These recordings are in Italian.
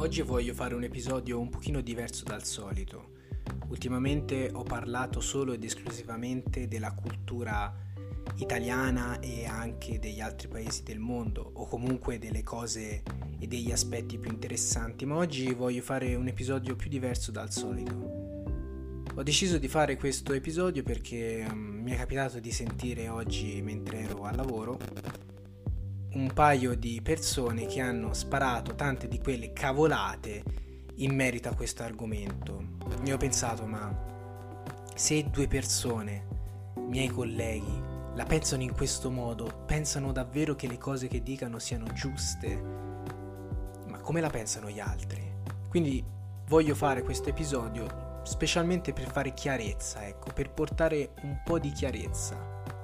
Oggi voglio fare un episodio un pochino diverso dal solito. Ultimamente ho parlato solo ed esclusivamente della cultura italiana e anche degli altri paesi del mondo, o comunque delle cose e degli aspetti più interessanti, ma oggi voglio fare un episodio più diverso dal solito. Ho deciso di fare questo episodio perché mi è capitato di sentire oggi, mentre ero al lavoro, un paio di persone che hanno sparato tante di quelle cavolate in merito a questo argomento. E ho pensato, ma se due persone, miei colleghi, la pensano in questo modo, pensano davvero che le cose che dicano siano giuste? Ma come la pensano gli altri? Quindi voglio fare questo episodio specialmente per fare chiarezza, per portare un po' di chiarezza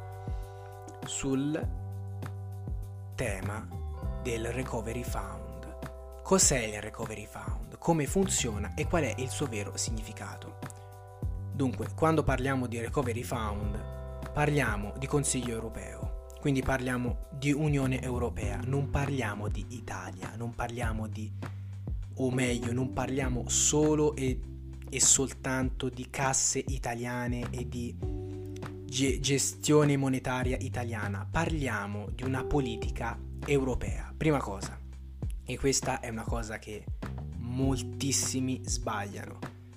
sul tema del Recovery Fund. Cos'è il Recovery Fund? Come funziona e qual è il suo vero significato? Dunque, quando parliamo di Recovery Fund, parliamo di Consiglio europeo, quindi parliamo di Unione Europea, non parliamo di Italia, non parliamo non parliamo solo e soltanto di casse italiane e di gestione monetaria italiana. Parliamo di una politica europea, prima cosa, e questa è una cosa che moltissimi sbagliano.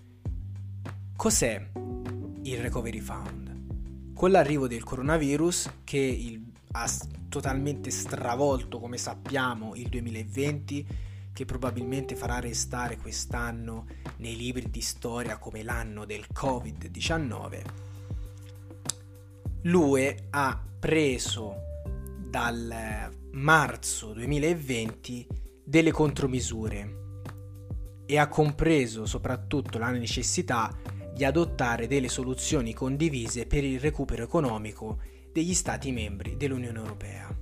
Cos'è il Recovery Fund? Con l'arrivo del coronavirus, che ha totalmente stravolto, come sappiamo, il 2020, che probabilmente farà restare quest'anno nei libri di storia come l'anno del Covid-19, l'UE ha preso dal marzo 2020 delle contromisure e ha compreso soprattutto la necessità di adottare delle soluzioni condivise per il recupero economico degli Stati membri dell'Unione Europea.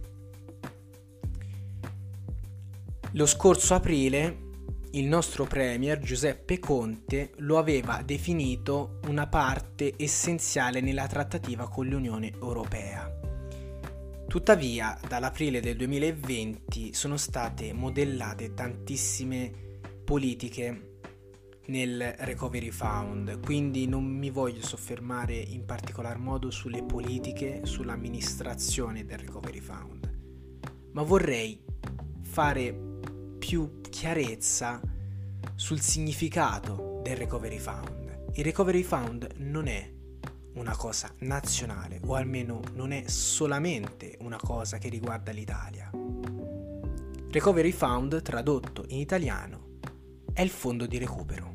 Lo scorso aprile il nostro Premier Giuseppe Conte lo aveva definito una parte essenziale nella trattativa con l'Unione Europea. Tuttavia, dall'aprile del 2020 sono state modellate tantissime politiche nel Recovery Fund, quindi non mi voglio soffermare in particolar modo sulle politiche, sull'amministrazione del Recovery Fund, ma vorrei fare più chiarezza sul significato del Recovery Fund. Il Recovery Fund non è una cosa nazionale, o almeno non è solamente una cosa che riguarda l'Italia. Recovery Fund, tradotto in italiano, è il fondo di recupero.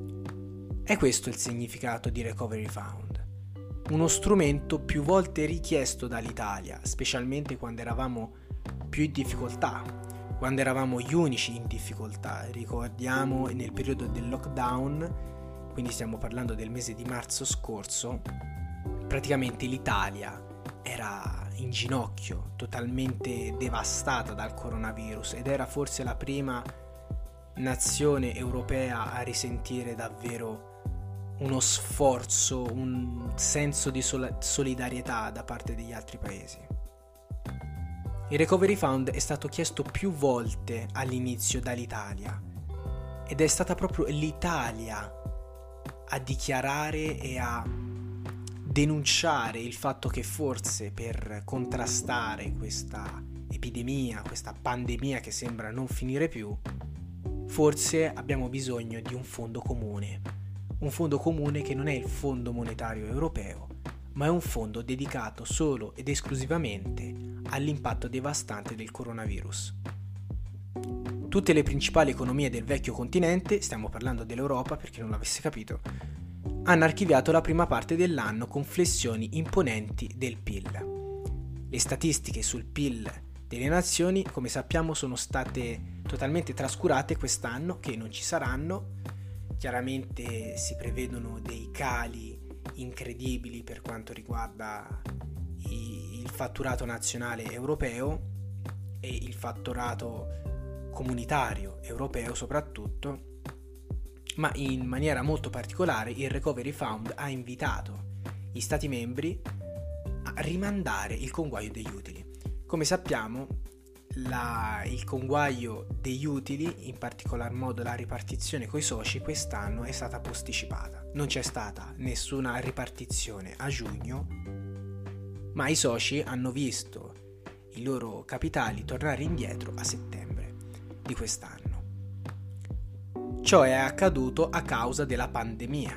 È questo il significato di Recovery Fund. Uno strumento più volte richiesto dall'Italia, specialmente quando eravamo più in difficoltà, quando eravamo gli unici in difficoltà. Ricordiamo nel periodo del lockdown, quindi stiamo parlando del mese di marzo scorso, praticamente l'Italia era in ginocchio, totalmente devastata dal coronavirus, ed era forse la prima nazione europea a risentire davvero uno sforzo, un senso di solidarietà da parte degli altri paesi. Il Recovery Fund è stato chiesto più volte all'inizio dall'Italia, ed è stata proprio l'Italia a dichiarare e a denunciare il fatto che forse per contrastare questa epidemia, questa pandemia che sembra non finire più, forse abbiamo bisogno di un fondo comune che non è il Fondo Monetario Europeo, ma è un fondo dedicato solo ed esclusivamente all'impatto devastante del coronavirus. Tutte le principali economie del vecchio continente, stiamo parlando dell'Europa per chi non l'avesse capito, hanno archiviato la prima parte dell'anno con flessioni imponenti del PIL. Le statistiche sul PIL delle nazioni, come sappiamo, sono state totalmente trascurate quest'anno, che non ci saranno. Chiaramente si prevedono dei cali incredibili per quanto riguarda il fatturato nazionale europeo e il fatturato comunitario europeo soprattutto, ma in maniera molto particolare il Recovery Fund ha invitato gli Stati membri a rimandare il conguaglio degli utili. Come sappiamo, il conguaglio degli utili, in particolar modo la ripartizione coi soci, quest'anno è stata posticipata. Non c'è stata nessuna ripartizione a giugno, ma i soci hanno visto i loro capitali tornare indietro a settembre di quest'anno. Ciò è accaduto a causa della pandemia.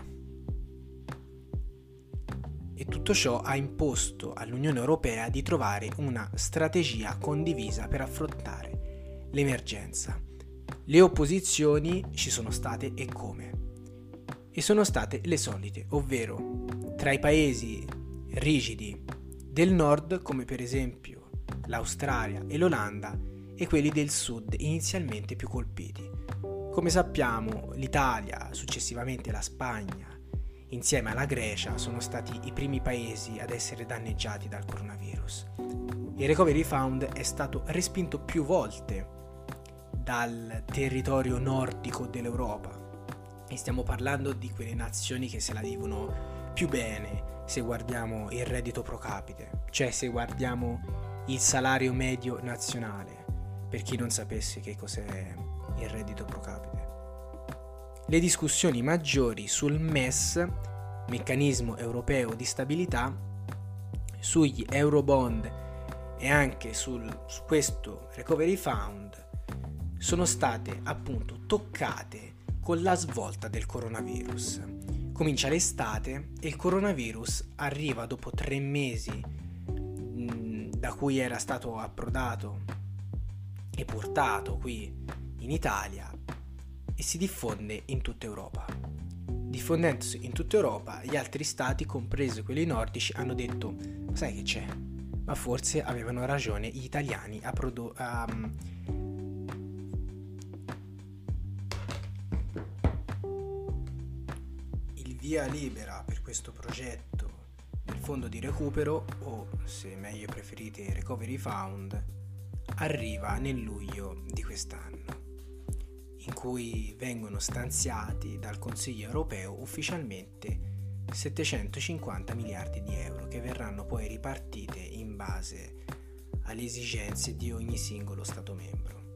E tutto ciò ha imposto all'Unione Europea di trovare una strategia condivisa per affrontare l'emergenza. Le opposizioni ci sono state e come? E sono state le solite, ovvero tra i paesi rigidi del nord, come per esempio l'Australia e l'Olanda, e quelli del sud, inizialmente più colpiti. Come sappiamo, l'Italia, successivamente la Spagna, insieme alla Grecia, sono stati i primi paesi ad essere danneggiati dal coronavirus. Il Recovery Fund è stato respinto più volte dal territorio nordico dell'Europa e stiamo parlando di quelle nazioni che se la vivono più bene se guardiamo il reddito pro capite, cioè se guardiamo il salario medio nazionale, per chi non sapesse che cos'è il reddito pro capite. Le discussioni maggiori sul MES, meccanismo europeo di stabilità, sugli eurobond e anche su questo Recovery Fund sono state appunto toccate con la svolta del coronavirus. Comincia l'estate e il coronavirus arriva dopo 3 mesi da cui era stato approdato e portato qui in Italia e si diffonde in tutta Europa. Diffondendosi in tutta Europa, gli altri stati, compresi quelli nordici, hanno detto: sai che c'è? Ma forse avevano ragione gli italiani il via libera per questo progetto del fondo di recupero, o se meglio preferite Recovery Fund, arriva nel luglio di quest'anno, in cui vengono stanziati dal Consiglio europeo ufficialmente 750 miliardi di euro che verranno poi ripartite in base alle esigenze di ogni singolo Stato membro.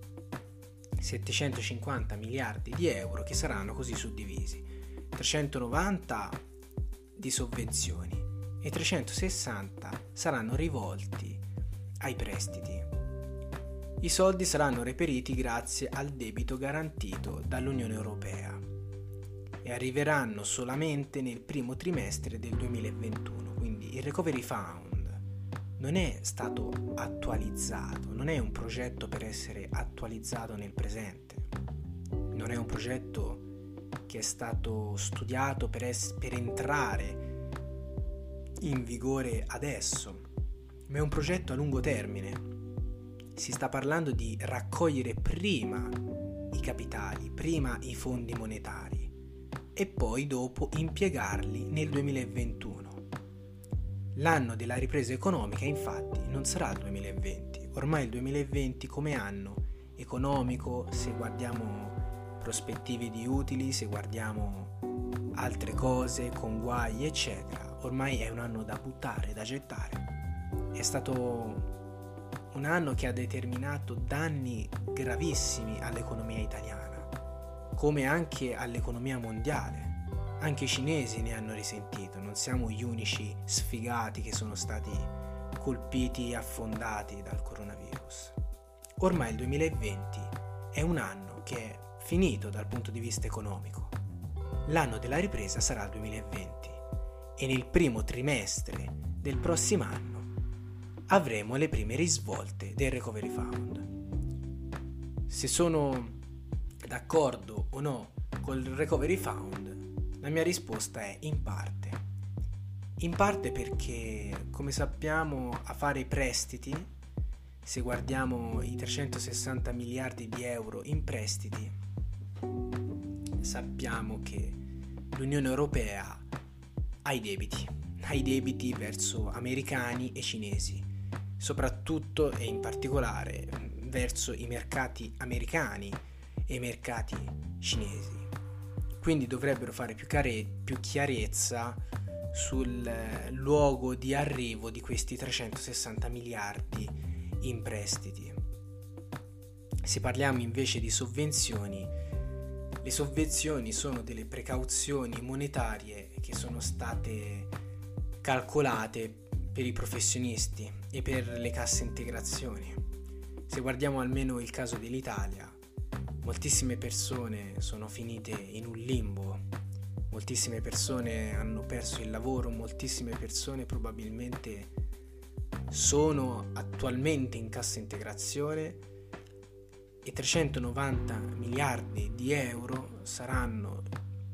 750 miliardi di euro che saranno così suddivisi: 390 di sovvenzioni e 360 saranno rivolti ai prestiti. I soldi saranno reperiti grazie al debito garantito dall'Unione Europea e arriveranno solamente nel primo trimestre del 2021, quindi il Recovery Fund non è stato attualizzato, non è un progetto per essere attualizzato nel presente, non è un progetto che è stato studiato per entrare in vigore adesso, ma è un progetto a lungo termine. Si sta parlando di raccogliere prima i capitali, prima i fondi monetari e poi dopo impiegarli nel 2021. L'anno della ripresa economica infatti non sarà il 2020, ormai il 2020 come anno economico, se guardiamo prospettive di utili, se guardiamo altre cose, conguagli eccetera, ormai è un anno da buttare, da gettare. È stato un anno che ha determinato danni gravissimi all'economia italiana, come anche all'economia mondiale. Anche i cinesi ne hanno risentito, non siamo gli unici sfigati che sono stati colpiti e affondati dal coronavirus. Ormai il 2020 è un anno che è finito dal punto di vista economico. L'anno della ripresa sarà il 2020 e nel primo trimestre del prossimo anno avremo le prime risvolte del Recovery Fund. Se sono d'accordo o no col Recovery Fund, la mia risposta è in parte. In parte perché, come sappiamo, a fare i prestiti, se guardiamo i 360 miliardi di euro in prestiti, sappiamo che l'Unione Europea ha i debiti verso americani e cinesi, soprattutto e in particolare verso i mercati americani e i mercati cinesi. Quindi dovrebbero fare più chiarezza sul luogo di arrivo di questi 360 miliardi in prestiti. Se parliamo invece di sovvenzioni, le sovvenzioni sono delle precauzioni monetarie che sono state calcolate per i professionisti e per le casse integrazioni. Se guardiamo almeno il caso dell'Italia, moltissime persone sono finite in un limbo, moltissime persone hanno perso il lavoro, moltissime persone probabilmente sono attualmente in cassa integrazione e 390 miliardi di euro saranno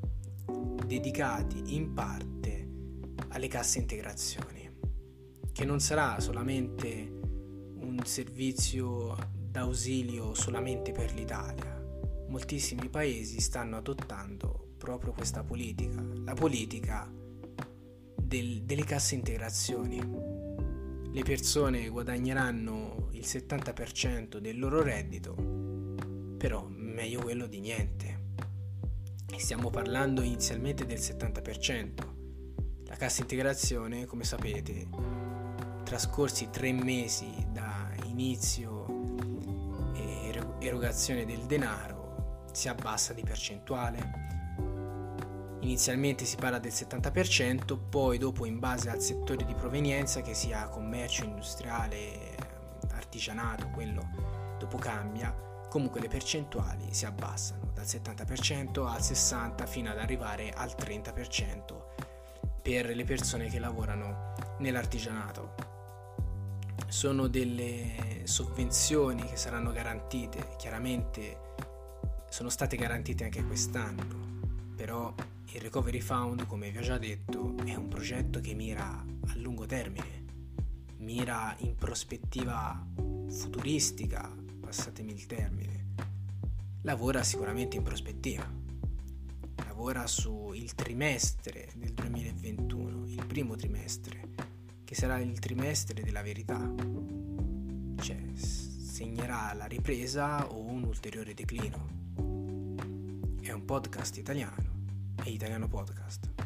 dedicati in parte alle casse integrazioni, che non sarà solamente un servizio d'ausilio solamente per l'Italia. Moltissimi paesi stanno adottando proprio questa politica, la politica delle casse integrazioni. Le persone guadagneranno il 70% del loro reddito, però meglio quello di niente. E stiamo parlando inizialmente del 70%. La cassa integrazione, come sapete, trascorsi 3 mesi da inizio e erogazione del denaro, si abbassa di percentuale. Inizialmente si parla del 70%, poi dopo in base al settore di provenienza, che sia commercio, industriale, artigianato, quello dopo cambia. Comunque le percentuali si abbassano dal 70% al 60% fino ad arrivare al 30% per le persone che lavorano nell'artigianato. Sono delle sovvenzioni che saranno garantite, chiaramente sono state garantite anche quest'anno, però il Recovery Fund, come vi ho già detto, è un progetto che mira a lungo termine, mira in prospettiva futuristica, passatemi il termine, lavora sicuramente in prospettiva, lavora sul trimestre del 2021, il primo trimestre, che sarà il trimestre della verità, cioè segnerà la ripresa o un ulteriore declino. È un podcast italiano, è Italiano Podcast.